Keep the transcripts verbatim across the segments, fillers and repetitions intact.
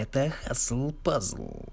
Это Hustle Puzzle.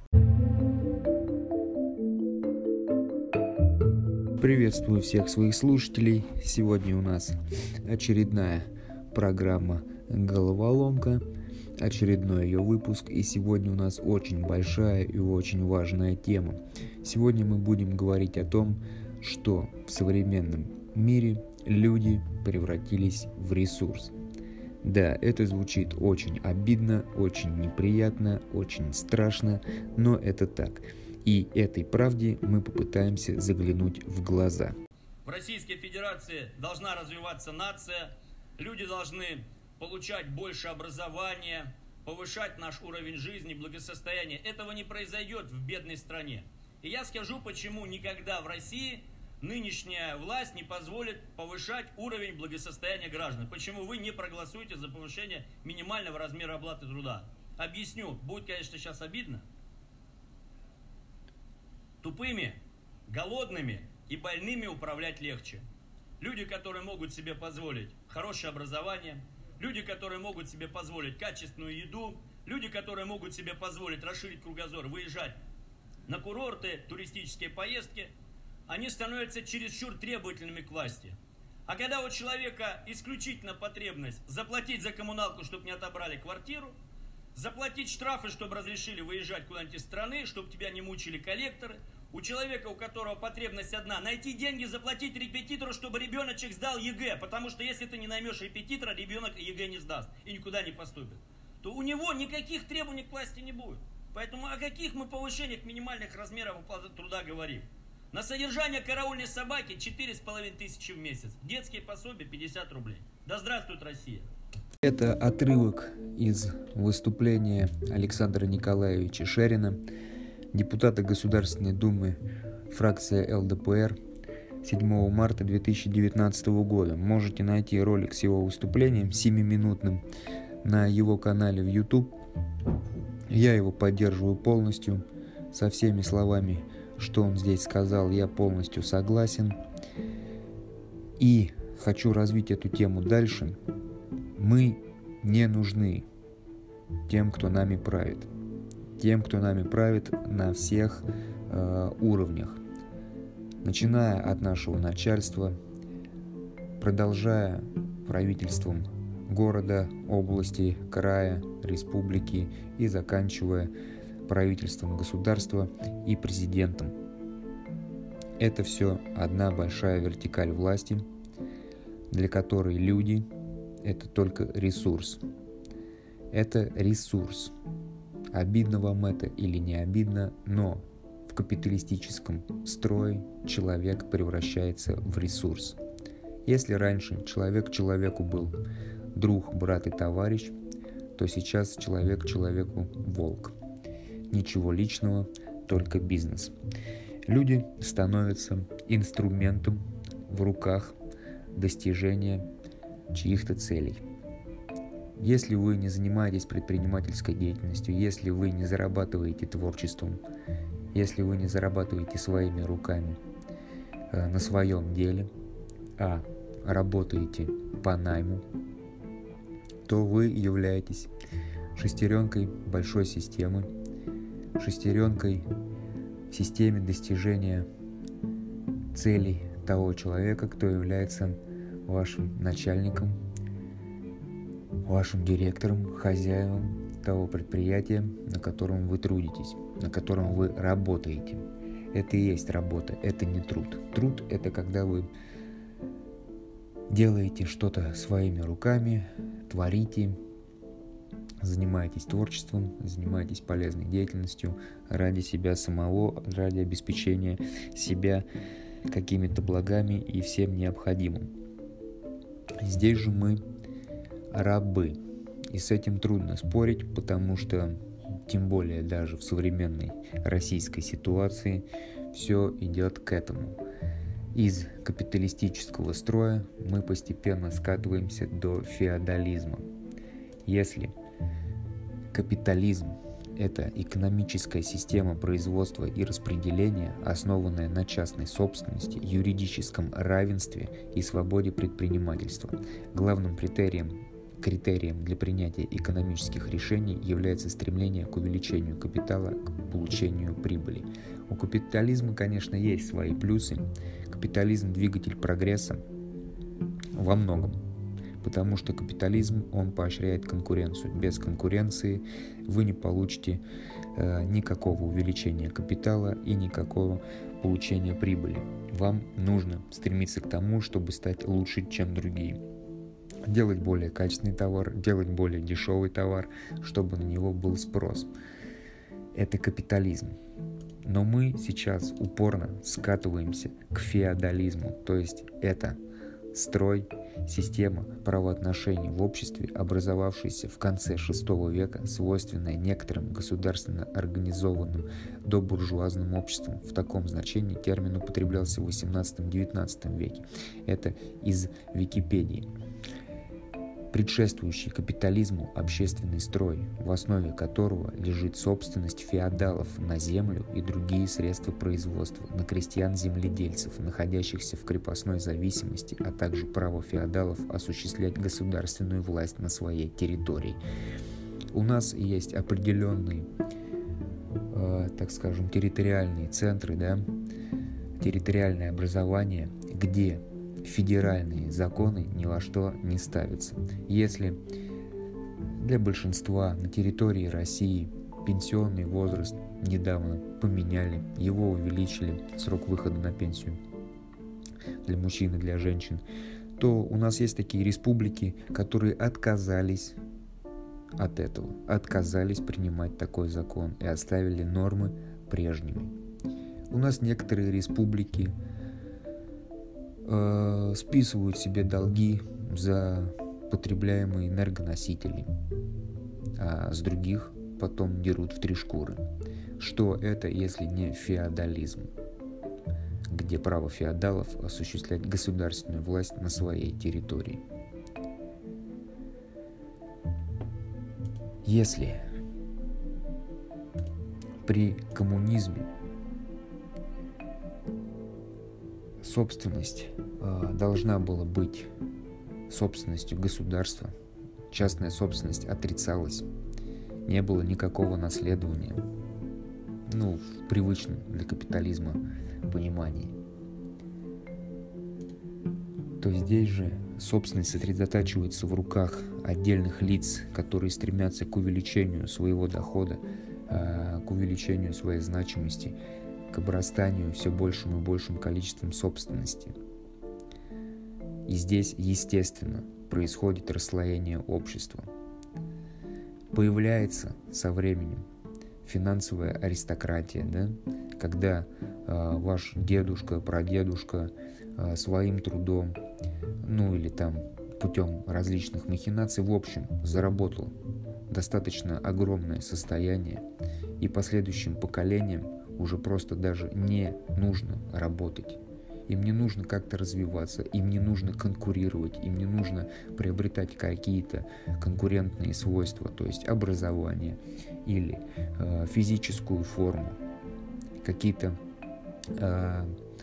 Приветствую всех своих слушателей. Сегодня у нас очередная программа «Головоломка», очередной ее выпуск, и сегодня у нас очень большая и очень важная тема. Сегодня мы будем говорить о том, что в современном мире люди превратились в ресурс. Да, это звучит очень обидно, очень неприятно, очень страшно, но это так. И этой правде мы попытаемся заглянуть в глаза. В Российской Федерации должна развиваться нация, люди должны получать больше образования, повышать наш уровень жизни, благосостояния. Этого не произойдет в бедной стране. И я скажу, почему никогда в России нынешняя власть не позволит повышать уровень благосостояния граждан. Почему вы не проголосуете за повышение минимального размера оплаты труда? Объясню. Будет, конечно, сейчас обидно. Тупыми, голодными и больными управлять легче. Люди, которые могут себе позволить хорошее образование, люди, которые могут себе позволить качественную еду, люди, которые могут себе позволить расширить кругозор, выезжать на курорты, туристические поездки, они становятся чересчур требовательными к власти. А когда у человека исключительно потребность заплатить за коммуналку, чтобы не отобрали квартиру, заплатить штрафы, чтобы разрешили выезжать куда-нибудь из страны, чтобы тебя не мучили коллекторы, у человека, у которого потребность одна, найти деньги, заплатить репетитору, чтобы ребеночек сдал ЕГЭ, потому что если ты не наймешь репетитора, ребенок ЕГЭ не сдаст и никуда не поступит, то у него никаких требований к власти не будет. Поэтому о каких мы повышениях минимальных размеров оплаты труда говорим? На содержание караульной собаки четыре с половиной тысячи в месяц, детские пособия пятьдесят рублей. Да здравствует Россия! Это отрывок из выступления Александра Николаевича Шерина, депутата Государственной Думы, фракция эл дэ пэ эр, седьмого марта две тысячи девятнадцатого года. Можете найти ролик с его выступлением семиминутным на его канале в YouTube. Я его поддерживаю полностью, со всеми словами, что он здесь сказал, я полностью согласен. И хочу развить эту тему дальше. Мы не нужны тем, кто нами правит. Тем, кто нами правит на всех э, уровнях. Начиная от нашего начальства, продолжая правительством города, области, края, республики и заканчивая правительством государства и президентом. Это все одна большая вертикаль власти, для которой люди – это только ресурс. Это ресурс. Обидно вам это или не обидно, но в капиталистическом строе человек превращается в ресурс. Если раньше человек человеку был друг, брат и товарищ, то сейчас человек человеку волк. Ничего личного, только бизнес. Люди становятся инструментом в руках достижения чьих-то целей. Если вы не занимаетесь предпринимательской деятельностью, если вы не зарабатываете творчеством, если вы не зарабатываете своими руками э, на своем деле, а работаете по найму, то вы являетесь шестеренкой большой системы, шестеренкой в системе достижения целей того человека, кто является вашим начальником, вашим директором, хозяином того предприятия, на котором вы трудитесь, на котором вы работаете. Это и есть работа, это не труд. Труд – это когда вы делаете что-то своими руками, творите, занимаетесь творчеством, занимаетесь полезной деятельностью ради себя самого, ради обеспечения себя какими-то благами и всем необходимым. Здесь же мы рабы, и с этим трудно спорить, потому что, тем более даже в современной российской ситуации, все идет к этому. Из капиталистического строя мы постепенно скатываемся до феодализма. Если капитализм – это экономическая система производства и распределения, основанная на частной собственности, юридическом равенстве и свободе предпринимательства. Главным критерием критерием для принятия экономических решений является стремление к увеличению капитала, к получению прибыли. У капитализма, конечно, есть свои плюсы. Капитализм – двигатель прогресса во многом, потому что капитализм, он поощряет конкуренцию. Без конкуренции вы не получите э, никакого увеличения капитала и никакого получения прибыли. Вам нужно стремиться к тому, чтобы стать лучше, чем другие. Делать более качественный товар, делать более дешевый товар, чтобы на него был спрос. Это капитализм. Но мы сейчас упорно скатываемся к феодализму, то есть это строй, система правоотношений в обществе, образовавшаяся в конце шестого века, свойственная некоторым государственно организованным добуржуазным обществам. В таком значении термин употреблялся в восемнадцатом-девятнадцатом веке. Это из Википедии. Предшествующий капитализму общественный строй, в основе которого лежит собственность феодалов на землю и другие средства производства, на крестьян-земледельцев, находящихся в крепостной зависимости, а также право феодалов осуществлять государственную власть на своей территории. У нас есть определенные, э, так скажем, территориальные центры, да, территориальное образование, где федеральные законы ни во что не ставятся. Если для большинства на территории России пенсионный возраст недавно поменяли, его увеличили, срок выхода на пенсию для мужчин и для женщин, то у нас есть такие республики, которые отказались от этого, отказались принимать такой закон и оставили нормы прежними. У нас некоторые республики э, списывают себе долги за потребляемые энергоносители, а с других потом дерут в три шкуры. Что это, если не феодализм, где право феодалов осуществлять государственную власть на своей территории? Если при коммунизме собственность э, должна была быть собственностью государства, частная собственность отрицалась, не было никакого наследования, ну, в привычном для капитализма понимании, то здесь же собственность сосредотачивается в руках отдельных лиц, которые стремятся к увеличению своего дохода, к увеличению своей значимости, к обрастанию все большим и большим количеством собственности. И здесь, естественно, происходит расслоение общества. Появляется со временем финансовая аристократия, да? Когда э, ваш дедушка, прадедушка э, своим трудом, ну или там путем различных махинаций, в общем, заработал достаточно огромное состояние, и последующим поколениям уже просто даже не нужно работать. Им не нужно как-то развиваться, им не нужно конкурировать, им не нужно приобретать какие-то конкурентные свойства, то есть образование или э, физическую форму, какие-то э,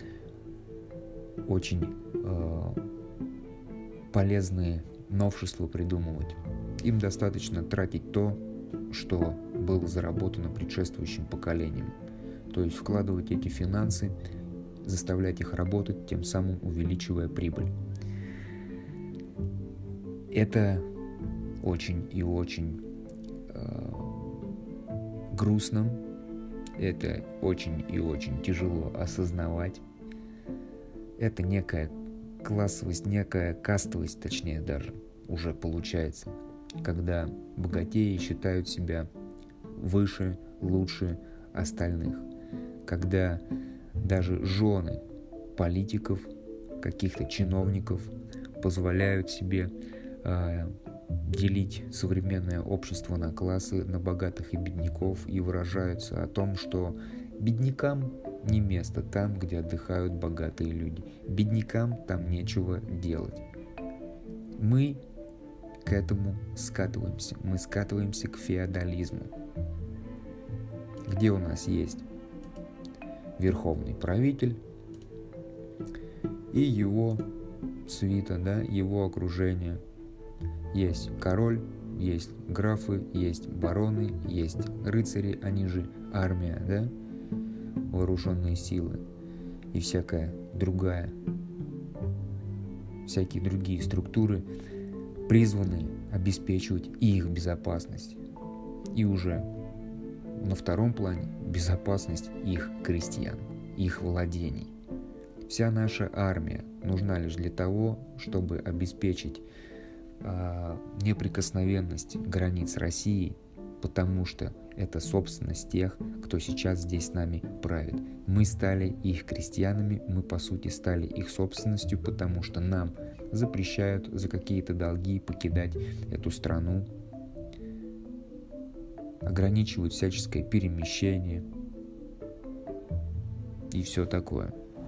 очень э, полезные новшества придумывать. Им достаточно тратить то, что было заработано предшествующим поколением, то есть вкладывать эти финансы, заставлять их работать, тем самым увеличивая прибыль. Это очень и очень э, грустно, это очень и очень тяжело осознавать. Это некая классовость, некая кастовость, точнее даже, уже получается, когда богатеи считают себя выше, лучше остальных, когда даже жены политиков, каких-то чиновников позволяют себе э, делить современное общество на классы, на богатых и бедняков, и выражаются о том, что беднякам не место там, где отдыхают богатые люди. Беднякам там нечего делать. Мы к этому скатываемся. Мы скатываемся к феодализму, где у нас есть верховный правитель и его свита, да, его окружение, Есть король, есть графы, есть бароны, есть рыцари, они же армия, да? Вооруженные силы и всякая другая, всякие другие структуры, призванные обеспечивать их безопасность. И уже на втором плане безопасность их крестьян, их владений. Вся наша армия нужна лишь для того, чтобы обеспечить э, неприкосновенность границ России, потому что это собственность тех, кто сейчас здесь с нами правит. Мы стали их крестьянами, мы по сути стали их собственностью, потому что нам запрещают за какие-то долги покидать эту страну, ограничивают всяческое перемещение и все такое.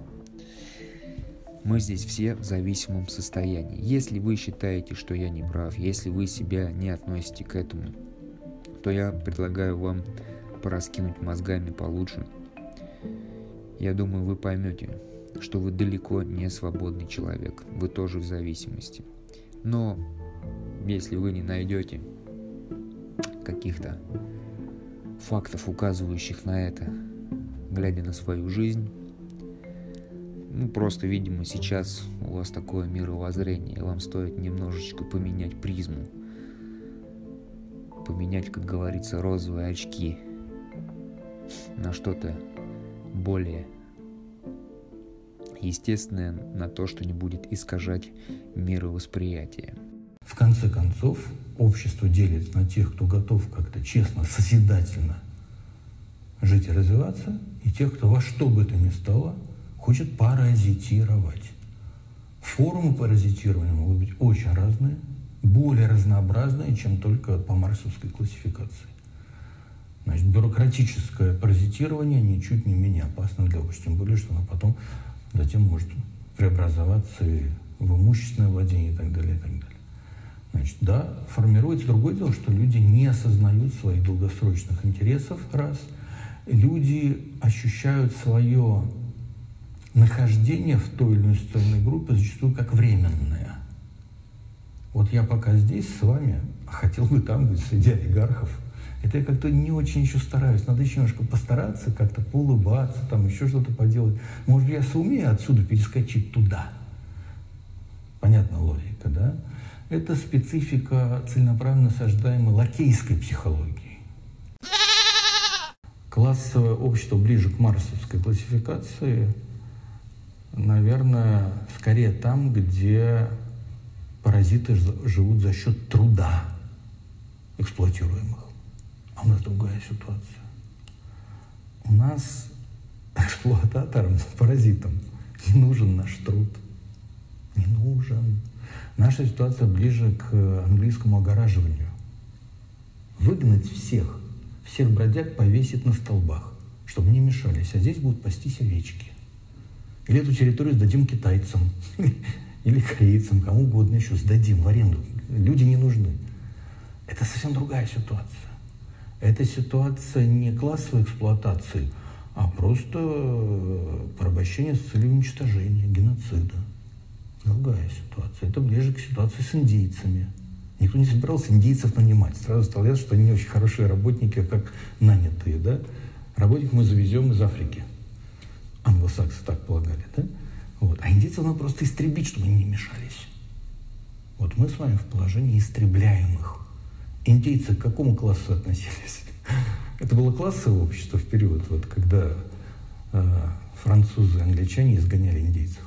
Мы здесь все в зависимом состоянии. Если вы считаете, что я не прав, если вы себя не относите к этому, то я предлагаю вам пораскинуть мозгами получше. Я думаю, вы поймете, что вы далеко не свободный человек, вы тоже в зависимости. Но если вы не найдете каких-то фактов, указывающих на это, глядя на свою жизнь, ну просто, видимо, сейчас у вас такое мировоззрение, вам стоит немножечко поменять призму, поменять, как говорится, розовые очки на что-то более естественное, на то, что не будет искажать мировосприятие. В конце концов, общество делится на тех, кто готов как-то честно, созидательно жить и развиваться, и тех, кто во что бы то ни стало хочет паразитировать. Формы паразитирования могут быть очень разные, более разнообразные, чем только по марксовской классификации. Значит, бюрократическое паразитирование ничуть не менее опасно для общества, тем более, что оно потом затем может преобразоваться и в имущественное владение и так далее, и так далее. Значит, да, формируется другое дело, что люди не осознают своих долгосрочных интересов, раз. Люди ощущают свое нахождение в той или иной социальной группе зачастую как временное. Вот я пока здесь с вами, а хотел бы там быть среди олигархов. Это я как-то не очень еще стараюсь. Надо еще немножко постараться, как-то поулыбаться, там еще что-то поделать. Может быть, я сумею отсюда перескочить туда. Понятна логика, да? Это специфика целенаправленно насаждаемой лакейской психологии. Классовое общество ближе к марксовской классификации, наверное, скорее там, где паразиты живут за счет труда эксплуатируемых. А у нас другая ситуация. У нас эксплуататорам, паразитам не нужен наш труд. Не нужен. Наша ситуация ближе к английскому огораживанию. Выгнать всех, всех бродяг повесить на столбах, чтобы не мешались. А здесь будут пастись овечки. Или эту территорию сдадим китайцам, или корейцам, кому угодно еще сдадим в аренду. Люди не нужны. Это совсем другая ситуация. Это ситуация не классовой эксплуатации, а просто порабощения с целью уничтожения, геноцида. Другая ситуация. Это ближе к ситуации с индейцами. Никто не собирался индейцев нанимать. Сразу стало ясно, что они не очень хорошие работники, как нанятые. Да? Работников мы завезем из Африки. Англосаксы так полагали. Да? Вот. А индейцев надо просто истребить, чтобы они не мешались. Вот мы с вами в положении истребляемых. Индейцы к какому классу относились? Это было классовое общество в период, вот, когда э, французы, англичане изгоняли индейцев.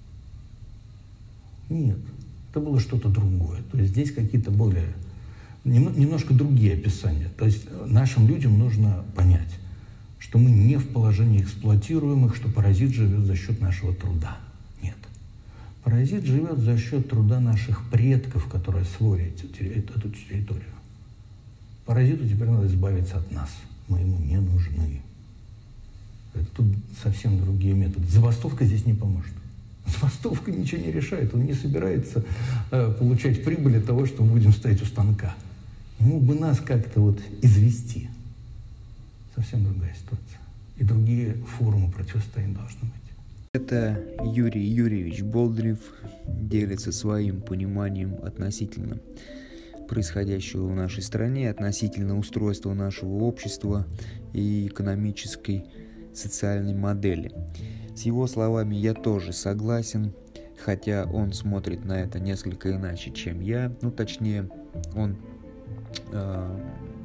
Нет, это было что-то другое. То есть здесь какие-то более, немножко другие описания. То есть нашим людям нужно понять, что мы не в положении эксплуатируемых, что паразит живет за счет нашего труда. Нет. Паразит живет за счет труда наших предков, которые освоили эту территорию. Паразиту теперь надо избавиться от нас. Мы ему не нужны. Это тут совсем другие методы. Забастовка здесь не поможет. Забастовка ничего не решает. Он не собирается э, получать прибыль от того, что мы будем стоять у станка. Ему бы нас как-то вот извести. Совсем другая ситуация. И другие формы противостояния должны быть. Это Юрий Юрьевич Болдырев делится своим пониманием относительно происходящего в нашей стране, относительно устройства нашего общества и экономической, социальной модели. С его словами я тоже согласен, хотя он смотрит на это несколько иначе, чем я. Ну, точнее, он э,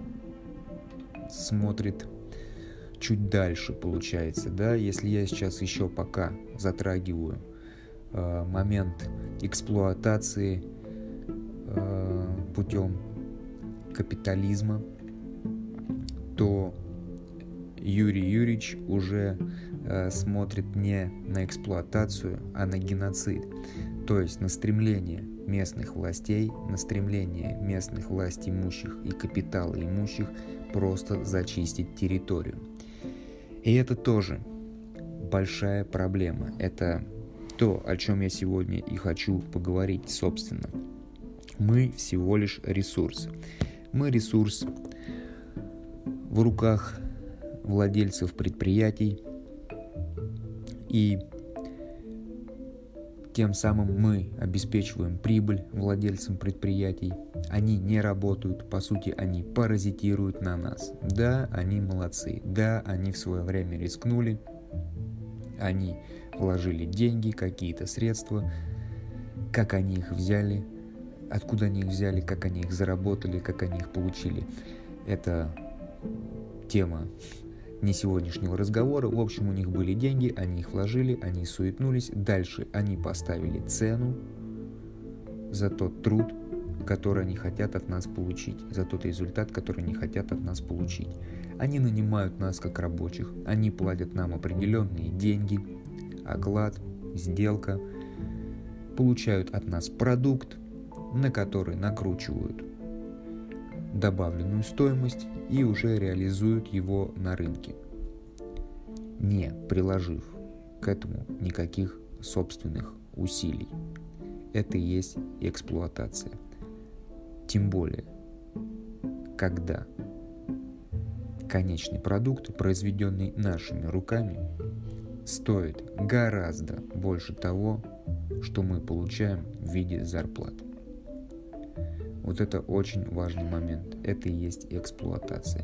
смотрит чуть дальше, получается, да. Если я сейчас еще пока затрагиваю э, момент эксплуатации э, путем капитализма, то Юрий Юрьевич уже э, смотрит не на эксплуатацию, а на геноцид, то есть на стремление местных властей, на стремление местных власть имущих и капитала имущих просто зачистить территорию. И это тоже большая проблема. Это то, о чем я сегодня и хочу поговорить, собственно. Мы всего лишь ресурс. Мы ресурс в руках владельцев предприятий, и тем самым мы обеспечиваем прибыль владельцам предприятий. Они не работают, по сути, они паразитируют на нас. Да, они молодцы, да, они в свое время рискнули, они вложили деньги, какие-то средства, как они их взяли, откуда они их взяли, как они их заработали, как они их получили. Это тема не сегодняшнего разговора. В общем, у них были деньги, они их вложили, они суетнулись. Дальше они поставили цену за тот труд, который они хотят от нас получить, за тот результат, который они хотят от нас получить. Они нанимают нас как рабочих, они платят нам определенные деньги, оклад, сделка, получают от нас продукт, на который накручивают добавленную стоимость и уже реализуют его на рынке, не приложив к этому никаких собственных усилий. Это и есть эксплуатация. Тем более, когда конечный продукт, произведенный нашими руками, стоит гораздо больше того, что мы получаем в виде зарплат. Вот это очень важный момент. Это и есть эксплуатация.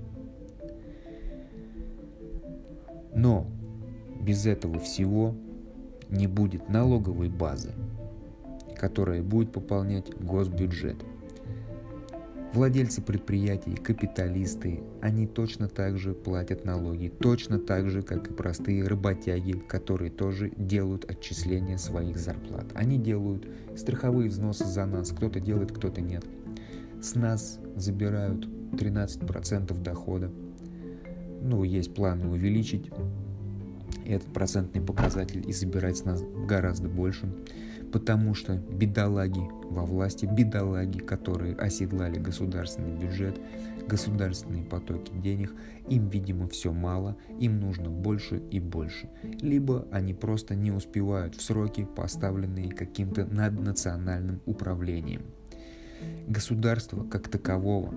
Но без этого всего не будет налоговой базы, которая будет пополнять госбюджет. Владельцы предприятий, капиталисты, они точно так же платят налоги, точно так же, как и простые работяги, которые тоже делают отчисления своих зарплат. Они делают страховые взносы за нас, кто-то делает, кто-то нет. С нас забирают тринадцать процентов дохода. Ну, есть планы увеличить этот процентный показатель и забирать с нас гораздо больше, потому что бедолаги во власти, бедолаги, которые оседлали государственный бюджет, государственные потоки денег, им, видимо, все мало, им нужно больше и больше. Либо они просто не успевают в сроки, поставленные каким-то наднациональным управлением. Государства как такового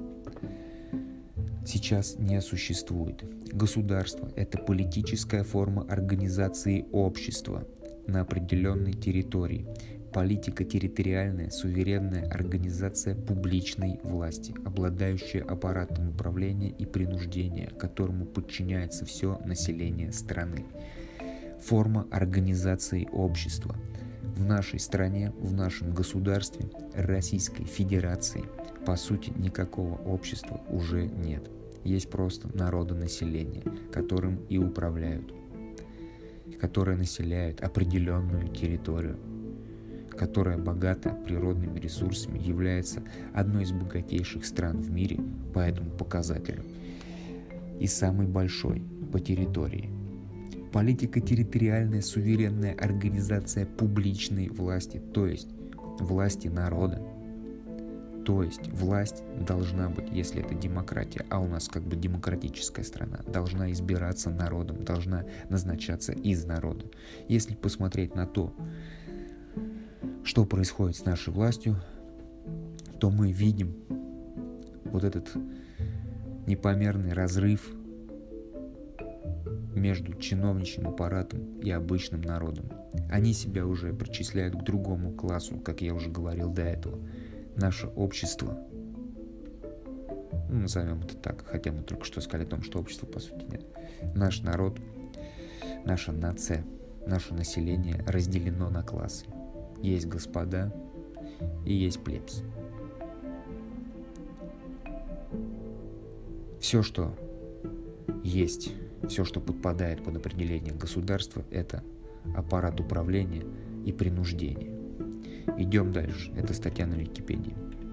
сейчас не существует. Государство – это политическая форма организации общества на определенной территории. Политика – территориальная, суверенная организация публичной власти, обладающая аппаратом управления и принуждения, которому подчиняется все население страны. Форма организации общества. В нашей стране, в нашем государстве, Российской Федерации, по сути, никакого общества уже нет. Есть просто народонаселение, которым и управляют, которое населяет определенную территорию, которая богата природными ресурсами, является одной из богатейших стран в мире по этому показателю и самой большой по территории. Политика – территориальная суверенная организация публичной власти, то есть власти народа. То есть власть должна быть, если это демократия, а у нас как бы демократическая страна, должна избираться народом, должна назначаться из народа. Если посмотреть на то, что происходит с нашей властью, то мы видим вот этот непомерный разрыв между чиновничьим аппаратом и обычным народом. Они себя уже причисляют к другому классу, как я уже говорил до этого. Наше общество Ну, назовем это так, хотя мы только что сказали о том, что общества по сути нет. Наш народ, наша нация, наше население разделено на классы. Есть господа и есть плебс. Все, что есть, все, что подпадает под определение государства, это аппарат управления и принуждения. Идем дальше. Это статья на Википедии.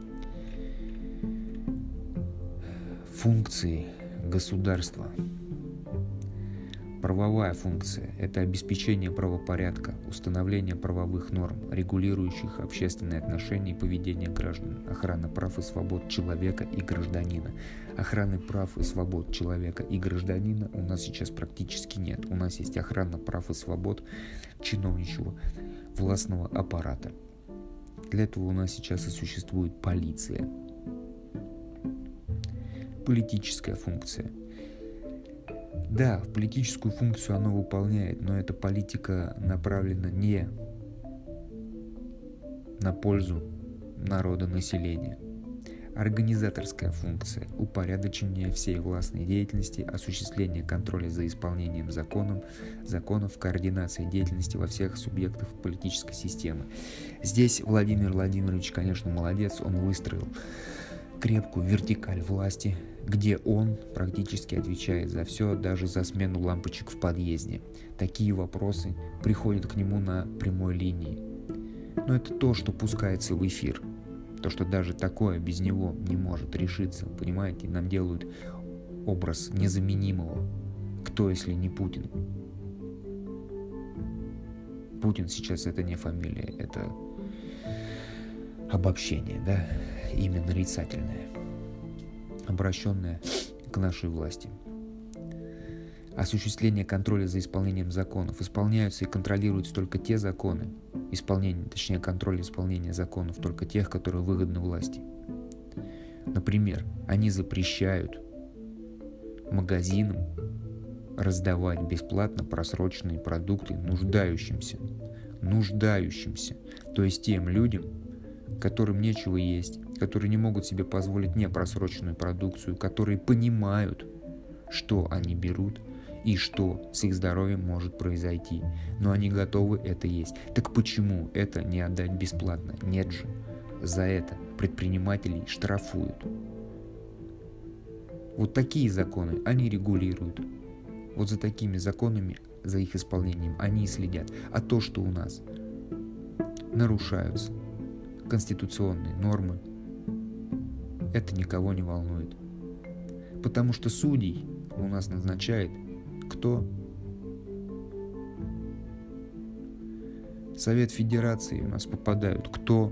Функции государства. Правовая функция – это обеспечение правопорядка, установление правовых норм, регулирующих общественные отношения и поведение граждан, охрана прав и свобод человека и гражданина. Охраны прав и свобод человека и гражданина у нас сейчас практически нет. У нас есть охрана прав и свобод чиновничьего властного аппарата. Для этого у нас сейчас и существует полиция. Политическая функция. Да, политическую функцию она выполняет, но эта политика направлена не на пользу народа, населения. Организаторская функция – упорядочение всей властной деятельности, осуществление контроля за исполнением законов, законов, координация деятельности во всех субъектах политической системы. Здесь Владимир Владимирович, конечно, молодец, он выстроил крепкую вертикаль власти, где он практически отвечает за все, даже за смену лампочек в подъезде. Такие вопросы приходят к нему на прямой линии. Но это то, что пускается в эфир. То, что даже такое без него не может решиться. Понимаете, нам делают образ незаменимого. Кто, если не Путин? Путин сейчас это не фамилия, это обобщение, да, имя нарицательное, обращенное к нашей власти. Осуществление контроля за исполнением законов. Исполняются и контролируются только те законы, исполнение, точнее контроль исполнения законов только тех, которые выгодны власти. Например, они запрещают магазинам раздавать бесплатно просроченные продукты нуждающимся. Нуждающимся. То есть тем людям, которым нечего есть, которые не могут себе позволить непросроченную продукцию, которые понимают, что они берут и что с их здоровьем может произойти, но они готовы это есть. Так почему это не отдать бесплатно? Нет же. За это предпринимателей штрафуют. Вот такие законы они регулируют. Вот за такими законами, за их исполнением они и следят. А то, что у нас нарушаются конституционные нормы, это никого не волнует. Потому что судей у нас назначает кто? Совет Федерации у нас попадают кто?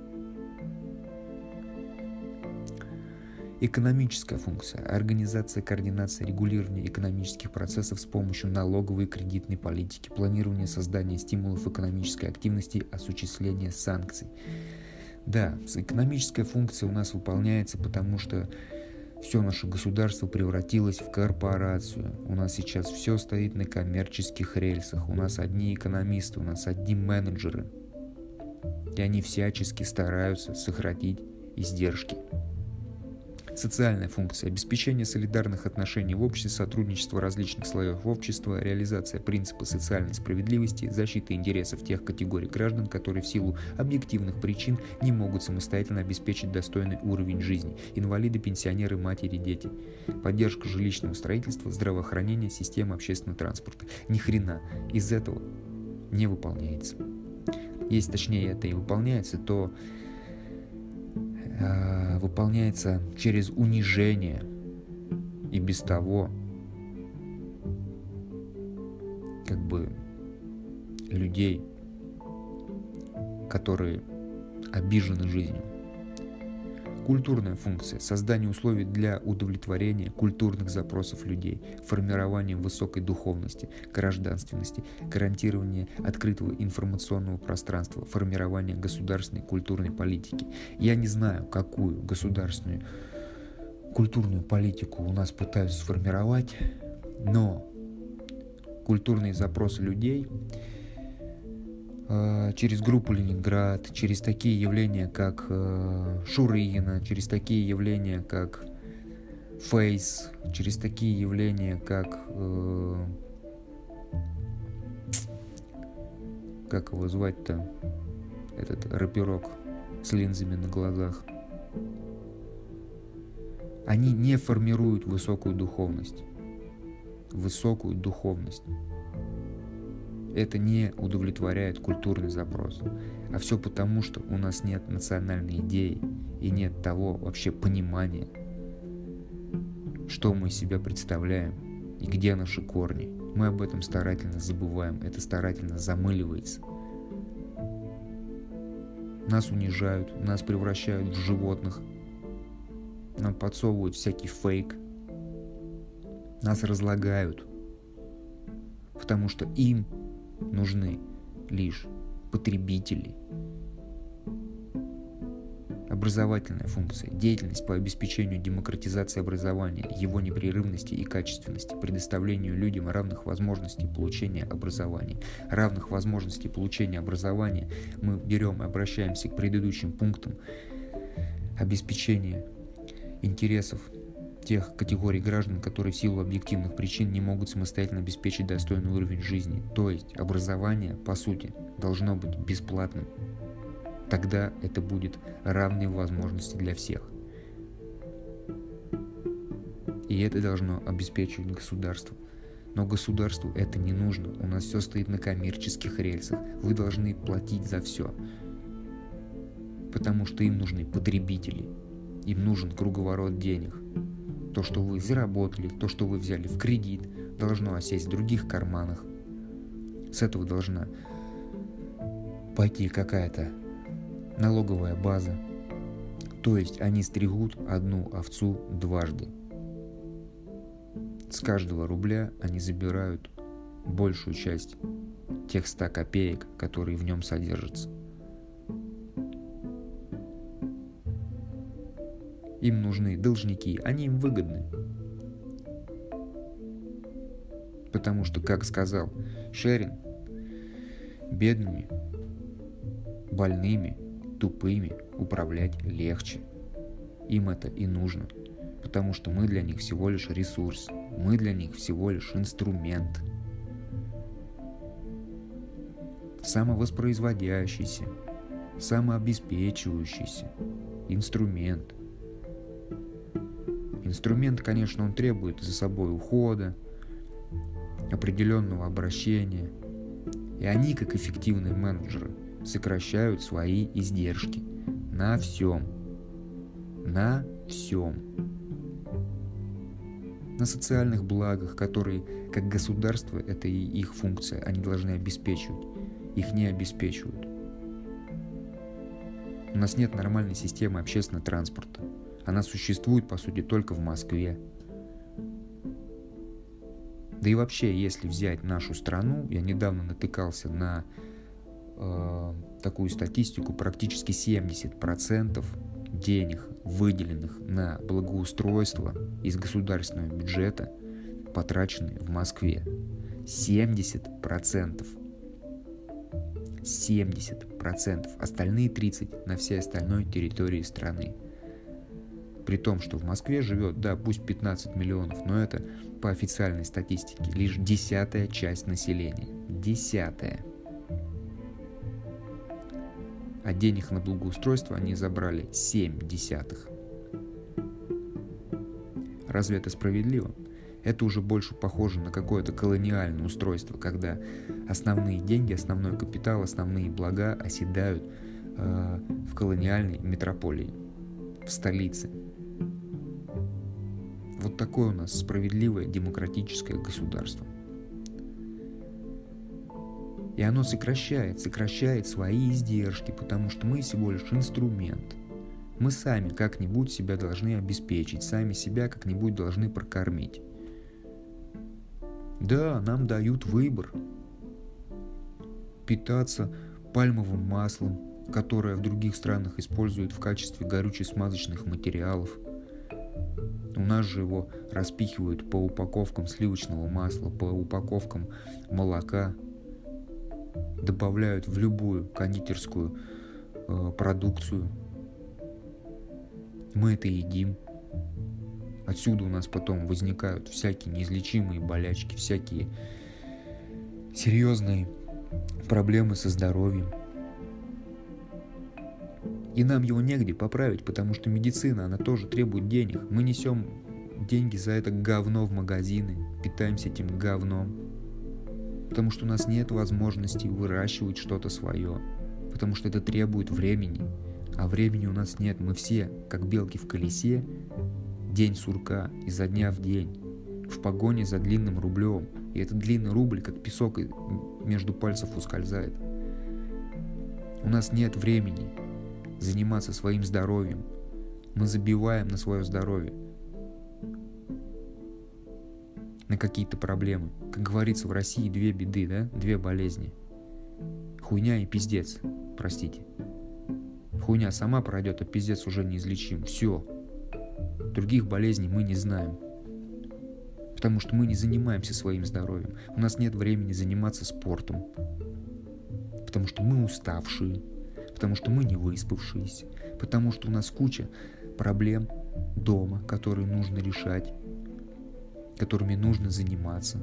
Экономическая функция. Организация, координация, регулирование экономических процессов с помощью налоговой и кредитной политики, планирование создания стимулов экономической активности, осуществление санкций. Да, экономическая функция у нас выполняется, потому что все наше государство превратилось в корпорацию. У нас сейчас все стоит на коммерческих рельсах. У нас одни экономисты, у нас одни менеджеры. И они всячески стараются сократить издержки. Социальная функция. Обеспечение солидарных отношений в обществе, сотрудничество различных слоев общества, реализация принципа социальной справедливости, защита интересов тех категорий граждан, которые в силу объективных причин не могут самостоятельно обеспечить достойный уровень жизни. Инвалиды, пенсионеры, матери, дети. Поддержка жилищного строительства, здравоохранения, системы общественного транспорта. Ни хрена из этого не выполняется. Если точнее это и выполняется, то выполняется через унижение и без того как бы людей, которые обижены жизнью. Культурная функция. Создание условий для удовлетворения культурных запросов людей, формирование высокой духовности, гражданственности, гарантирование открытого информационного пространства, формирование государственной культурной политики. Я не знаю, какую государственную культурную политику у нас пытаются сформировать, но культурные запросы людей через группу Ленинград, через такие явления, как Шурыгина, через такие явления, как фейс, через такие явления, как э, как его звать-то, этот рэперок с линзами на глазах, они не формируют высокую духовность. Высокую духовность. Это не удовлетворяет культурный запрос. А все потому, что у нас нет национальной идеи и нет того вообще понимания, что мы из себя представляем и где наши корни. Мы об этом старательно забываем, это старательно замыливается. Нас унижают, нас превращают в животных, нам подсовывают всякий фейк, нас разлагают, потому что им нужны лишь потребители. Образовательная функция, деятельность по обеспечению демократизации образования, его непрерывности и качественности, предоставлению людям равных возможностей получения образования. Равных возможностей получения образования мы берем и обращаемся к предыдущим пунктам обеспечения интересов тех категорий граждан, которые в силу объективных причин не могут самостоятельно обеспечить достойный уровень жизни. То есть образование, по сути, должно быть бесплатным. Тогда это будет равные возможности для всех. И это должно обеспечивать государство. Но государству это не нужно. У нас все стоит на коммерческих рельсах. Вы должны платить за все. Потому что им нужны потребители. Им нужен круговорот денег. То, что вы заработали, то, что вы взяли в кредит, должно осесть в других карманах. С этого должна пойти какая-то налоговая база. То есть они стригут одну овцу дважды. С каждого рубля они забирают большую часть тех ста копеек, которые в нем содержатся. Им нужны должники, они им выгодны. Потому что, как сказал Шерин, бедными, больными, тупыми управлять легче. Им это и нужно, потому что мы для них всего лишь ресурс, мы для них всего лишь инструмент. Самовоспроизводящийся, самообеспечивающийся инструмент. Инструмент, конечно, он требует за собой ухода, определенного обращения, и они, как эффективные менеджеры, сокращают свои издержки на всем, на всем, на социальных благах, которые, как государство, это и их функция, они должны обеспечивать, их не обеспечивают. У нас нет нормальной системы общественного транспорта. Она существует, по сути, только в Москве. Да и вообще, если взять нашу страну, я недавно натыкался на э, такую статистику, практически семьдесят процентов денег, выделенных на благоустройство из государственного бюджета, потрачены в Москве. семьдесят процентов. семьдесят процентов. Остальные тридцать процентов на всей остальной территории страны. При том, что в Москве живет, да, пусть пятнадцать миллионов, но это по официальной статистике лишь десятая часть населения. Десятая. А денег на благоустройство они забрали семь десятых. Разве это справедливо? Это уже больше похоже на какое-то колониальное устройство, когда основные деньги, основной капитал, основные блага оседают э, в колониальной метрополии, в столице. Вот такое у нас справедливое демократическое государство. И оно сокращает, сокращает свои издержки, потому что мы всего лишь инструмент. Мы сами как-нибудь себя должны обеспечить, сами себя как-нибудь должны прокормить. Да, нам дают выбор. Питаться пальмовым маслом, которое в других странах используют в качестве горюче-смазочных материалов. У нас же его распихивают по упаковкам сливочного масла, по упаковкам молока, добавляют в любую кондитерскую э, продукцию. Мы это едим. Отсюда у нас потом возникают всякие неизлечимые болячки, всякие серьезные проблемы со здоровьем. И нам его негде поправить, потому что медицина, она тоже требует денег. Мы несем деньги за это говно в магазины, питаемся этим говном, потому что у нас нет возможности выращивать что-то свое, потому что это требует времени, а времени у нас нет. Мы все, как белки в колесе, день сурка, изо дня в день, в погоне за длинным рублем. И этот длинный рубль, как песок, между пальцев ускользает. У нас нет времени заниматься своим здоровьем. Мы забиваем на свое здоровье, на какие-то проблемы. Как говорится, в России две беды, да? Две болезни. Хуйня и пиздец, простите. Хуйня сама пройдет, а пиздец уже неизлечим. Все. Других болезней мы не знаем. Потому что мы не занимаемся своим здоровьем. У нас нет времени заниматься спортом. Потому что мы уставшие. Потому что мы не выспавшиеся. Потому что у нас куча проблем дома, которые нужно решать, которыми нужно заниматься.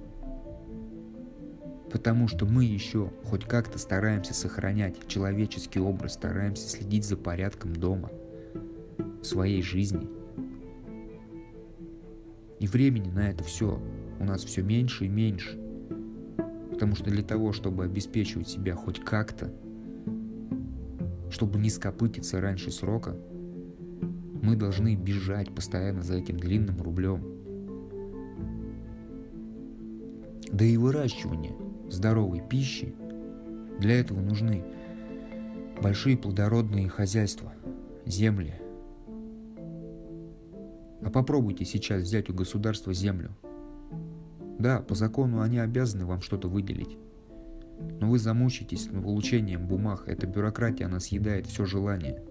Потому что мы еще хоть как-то стараемся сохранять человеческий образ, стараемся следить за порядком дома, в своей жизни. И времени на это все у нас все меньше и меньше. Потому что для того, чтобы обеспечивать себя хоть как-то, чтобы не скопытиться раньше срока, мы должны бежать постоянно за этим длинным рублем. Да и выращивание здоровой пищи, для этого нужны большие плодородные хозяйства, земли. А попробуйте сейчас взять у государства землю. Да, по закону они обязаны вам что-то выделить. Но вы замучитесь на получением бумаг. Эта бюрократия, она съедает все желание.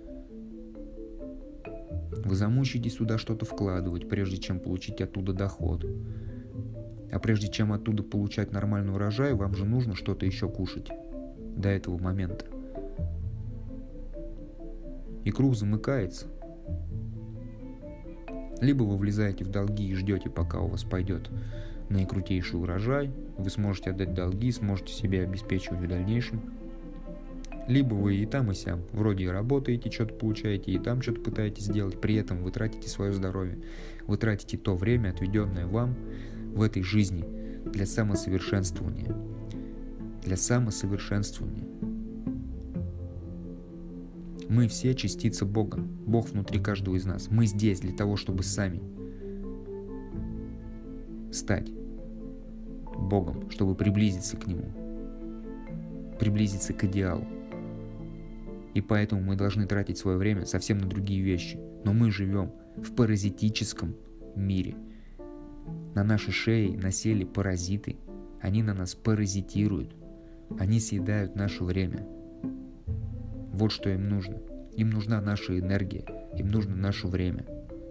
Вы замучитесь туда что-то вкладывать, прежде чем получить оттуда доход. А прежде чем оттуда получать нормальный урожай, вам же нужно что-то еще кушать до этого момента. И круг замыкается. Либо вы влезаете в долги и ждете, пока у вас пойдет наикрутейший урожай, вы сможете отдать долги, сможете себя обеспечивать в дальнейшем. Либо вы и там, и сям, вроде и работаете, что-то получаете, и там что-то пытаетесь сделать, при этом вы тратите свое здоровье. Вы тратите то время, отведенное вам в этой жизни для самосовершенствования. Для самосовершенствования. Мы все частица Бога. Бог внутри каждого из нас. Мы здесь для того, чтобы сами стать Богом, чтобы приблизиться к Нему, приблизиться к идеалу. И поэтому мы должны тратить свое время совсем на другие вещи. Но мы живем в паразитическом мире. На нашей шее насели паразиты. Они на нас паразитируют. Они съедают наше время. Вот что им нужно. Им нужна наша энергия. Им нужно наше время.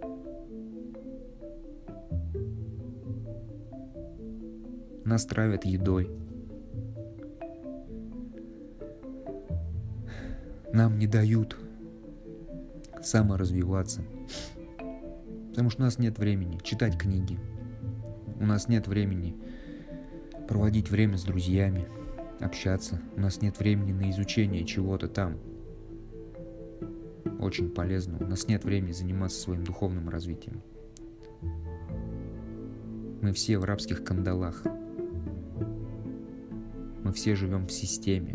Нас травят едой. Нам не дают саморазвиваться. Потому что у нас нет времени читать книги. У нас нет времени проводить время с друзьями, общаться. У нас нет времени на изучение чего-то там очень полезного. У нас нет времени заниматься своим духовным развитием. Мы все в рабских кандалах. Мы все живем в системе.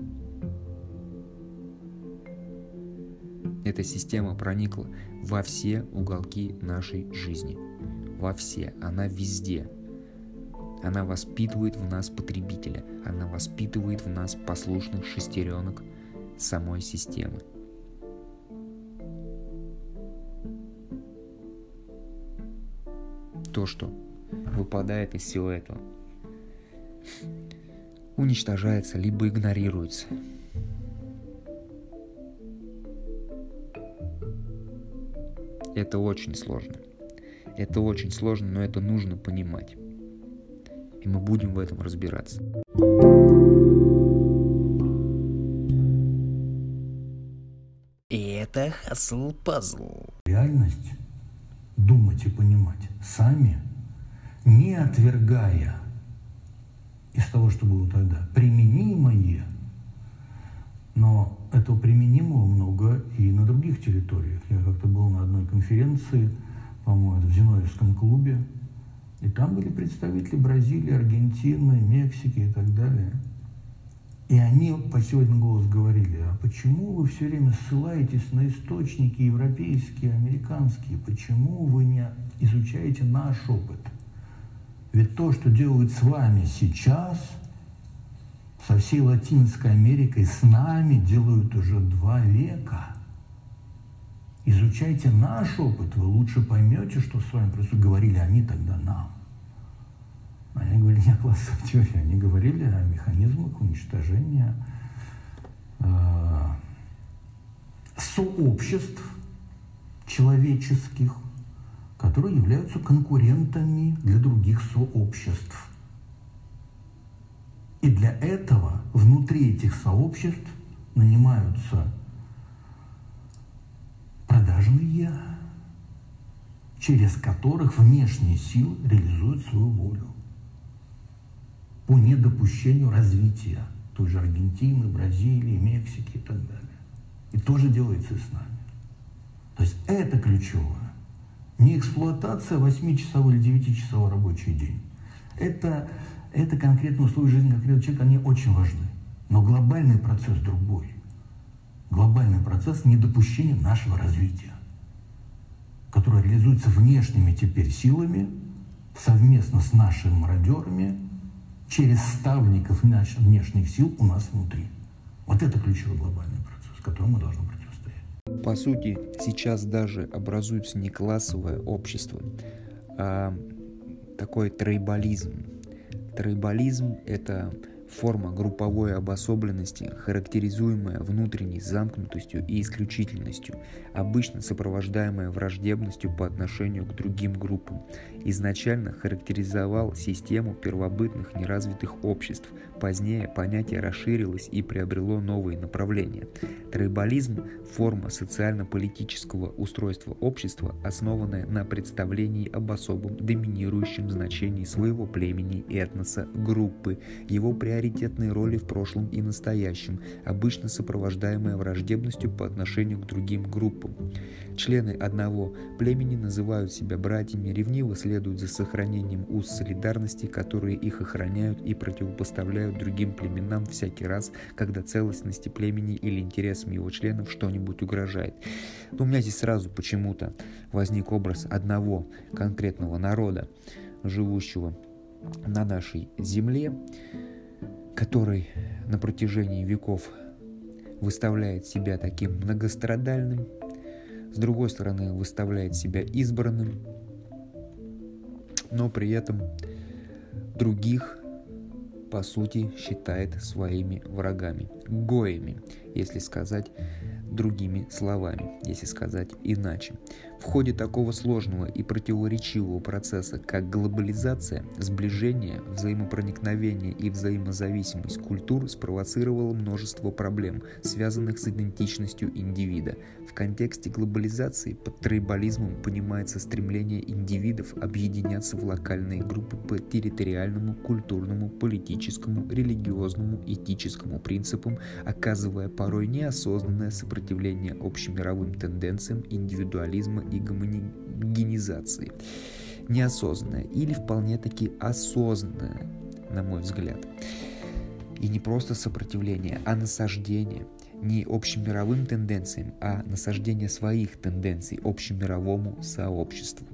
Эта система проникла во все уголки нашей жизни. Во все. Она везде. Она воспитывает в нас потребителя. Она воспитывает в нас послушных шестеренок самой системы. То, что выпадает из всего этого, уничтожается, либо игнорируется. Это очень сложно. Это очень сложно, но это нужно понимать. И мы будем в этом разбираться. И это Hustle Puzzle. Реальность думать и понимать сами, не отвергая из того, что было тогда, применимое, но этого применимого много и на других территориях. Я как-то был на одной конференции, по-моему, в Зиновьевском клубе, и там были представители Бразилии, Аргентины, Мексики и так далее. И они почти в один голос говорили: а почему вы все время ссылаетесь на источники европейские, американские? Почему вы не изучаете наш опыт? Ведь то, что делают с вами сейчас, со всей Латинской Америкой, с нами делают уже два века. Изучайте наш опыт, вы лучше поймете, что с вами происходит. Говорили они тогда нам. Они говорили не о классовой теории, они говорили о механизмах уничтожения э, сообществ человеческих, которые являются конкурентами для других сообществ. И для этого внутри этих сообществ нанимаются продажные, через которых внешние силы реализуют свою волю по недопущению развития той же Аргентины, Бразилии, Мексики и так далее. И тоже делается и с нами. То есть это ключевое. Не эксплуатация восьмичасовой или девятичасовой рабочий день. Это, это конкретные условия жизни конкретного человека, они очень важны. Но глобальный процесс другой. Глобальный процесс недопущения нашего развития, который реализуется внешними теперь силами, совместно с нашими мародерами, через ставленников внешних сил у нас внутри. Вот это ключевой глобальный процесс, которому мы должны противостоять. По сути, сейчас даже образуется не классовое общество, а такой тройбализм. Тройбализм – это форма групповой обособленности, характеризуемая внутренней замкнутостью и исключительностью, обычно сопровождаемая враждебностью по отношению к другим группам. Изначально характеризовал систему первобытных неразвитых обществ. Позднее понятие расширилось и приобрело новые направления. Тройбализм – форма социально-политического устройства общества, основанная на представлении об особом доминирующем значении своего племени, этноса, группы, его приоритетной роли в прошлом и настоящем, обычно сопровождаемая враждебностью по отношению к другим группам. Члены одного племени называют себя братьями, ревниво следуют за сохранением уз солидарности, которые их охраняют и противопоставляют другим племенам всякий раз, когда целостности племени или интересам его членов что-нибудь угрожает. Но у меня здесь сразу почему-то возник образ одного конкретного народа, живущего на нашей земле, который на протяжении веков выставляет себя таким многострадальным, с другой стороны выставляет себя избранным, но при этом других, по сути, считает своими врагами, гоями, если сказать другими словами, если сказать иначе. В ходе такого сложного и противоречивого процесса, как глобализация, сближение, взаимопроникновение и взаимозависимость культур спровоцировало множество проблем, связанных с идентичностью индивида. В контексте глобализации под тройбализмом понимается стремление индивидов объединяться в локальные группы по территориальному, культурному, политическому, религиозному, этическому принципам, оказывая порой неосознанное сопротивление общемировым тенденциям индивидуализма и гомогенизации. Неосознанное или вполне-таки осознанное, на мой взгляд. И не просто сопротивление, а насаждение не общемировым тенденциям, а насаждение своих тенденций общемировому сообществу.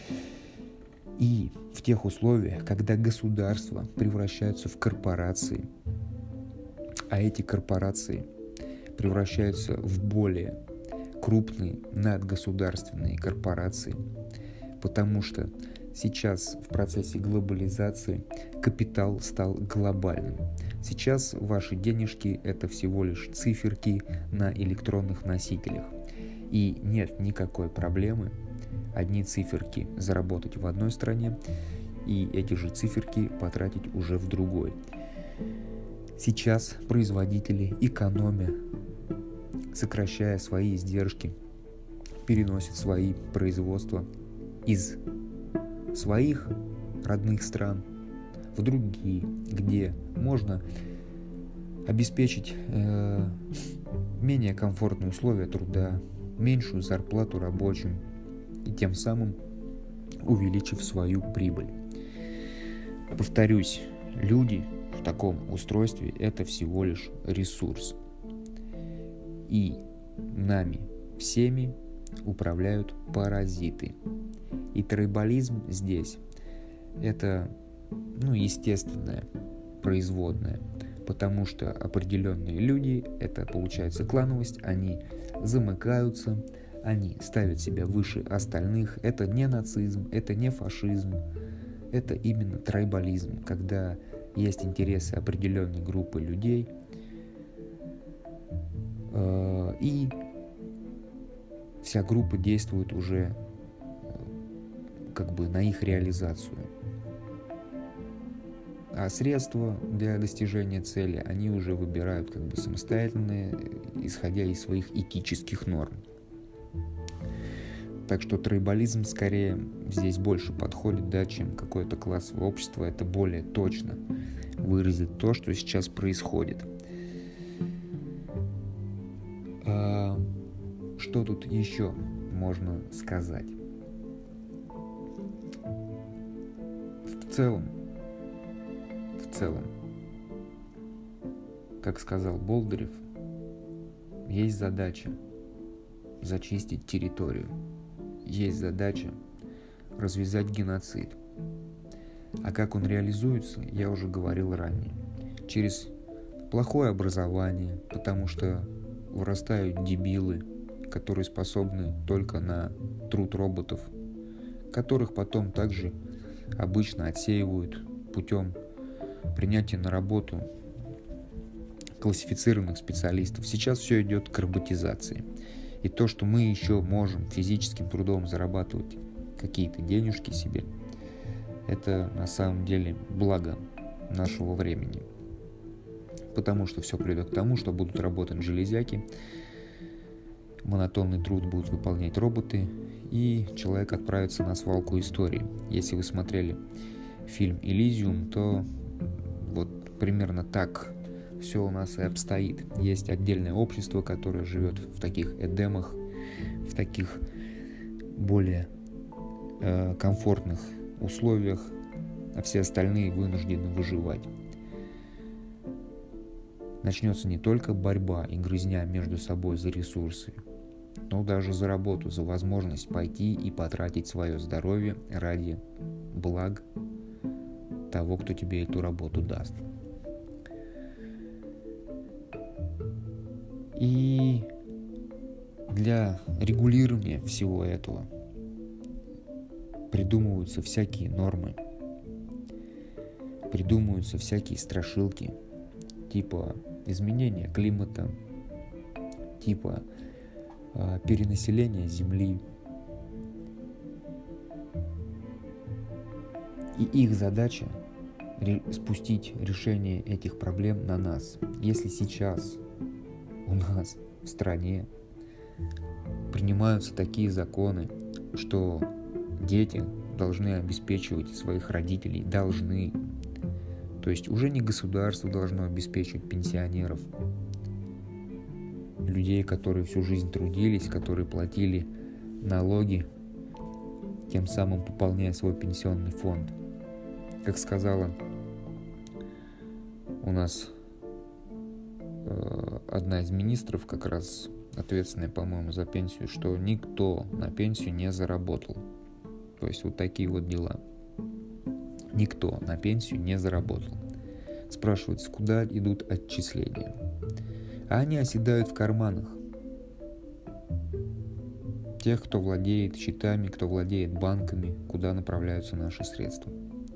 И в тех условиях, когда государства превращаются в корпорации, а эти корпорации превращаются в более крупные надгосударственные корпорации, потому что сейчас в процессе глобализации капитал стал глобальным. Сейчас ваши денежки – это всего лишь циферки на электронных носителях. И нет никакой проблемы одни циферки заработать в одной стране и эти же циферки потратить уже в другой. Сейчас производители, экономя, сокращая свои издержки, переносят свои производства из своих родных стран в другие, где можно обеспечить э, менее комфортные условия труда, меньшую зарплату рабочим и тем самым увеличив свою прибыль. Повторюсь, люди в таком устройстве – это всего лишь ресурс. И нами всеми управляют паразиты. И трайбализм здесь – это, ну, естественное, производное, потому что определенные люди, это получается клановость, они замыкаются, они ставят себя выше остальных. Это не нацизм, это не фашизм, это именно трайбализм, когда есть интересы определенной группы людей, э, и вся группа действует уже как бы на их реализацию. А средства для достижения цели они уже выбирают как бы самостоятельно, исходя из своих этических норм. Так что трайбализм скорее здесь больше подходит, да, чем какое-то классовое общество. Это более точно выразит то, что сейчас происходит. А, что тут еще можно сказать? В целом, в целом, как сказал Болдырев, есть задача зачистить территорию. Есть задача развязать геноцид. А как он реализуется, я уже говорил ранее. Через плохое образование, потому что вырастают дебилы, которые способны только на труд роботов, которых потом также обычно отсеивают путем принятия на работу классифицированных специалистов. Сейчас все идет к роботизации. И то, что мы еще можем физическим трудом зарабатывать какие-то денежки себе, это на самом деле благо нашего времени. Потому что все придет к тому, что будут работать железяки, монотонный труд будут выполнять роботы, и человек отправится на свалку истории. Если вы смотрели фильм «Элизиум», то вот примерно так все у нас и обстоит. Есть отдельное общество, которое живет в таких эдемах, в таких более э, комфортных условиях, а все остальные вынуждены выживать. Начнется не только борьба и грызня между собой за ресурсы, но даже за работу, за возможность пойти и потратить свое здоровье ради благ того, кто тебе эту работу даст. И для регулирования всего этого придумываются всякие нормы, придумываются всякие страшилки, типа изменения климата, типа э, перенаселения Земли. И их задача ре- спустить решение этих проблем на нас. Если сейчас у нас в стране принимаются такие законы, что дети должны обеспечивать своих родителей, должны, то есть уже не государство должно обеспечивать пенсионеров, людей, которые всю жизнь трудились, которые платили налоги, тем самым пополняя свой пенсионный фонд. Как сказала у нас э, одна из министров, как раз ответственная, по-моему, за пенсию, что никто на пенсию не заработал. То есть вот такие вот дела. Никто на пенсию не заработал. Спрашивается, куда идут отчисления. А они оседают в карманах тех, кто владеет счетами, кто владеет банками, куда направляются наши средства.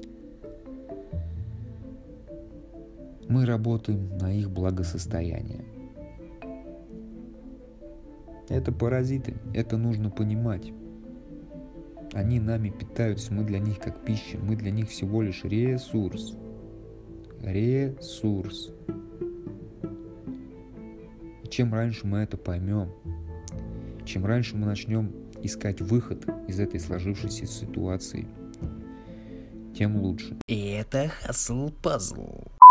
Мы работаем на их благосостояние. Это паразиты, это нужно понимать. Они нами питаются, мы для них как пища, мы для них всего лишь ресурс. Ресурс. И чем раньше мы это поймем, чем раньше мы начнем искать выход из этой сложившейся ситуации, тем лучше. И это Hustle Puzzle.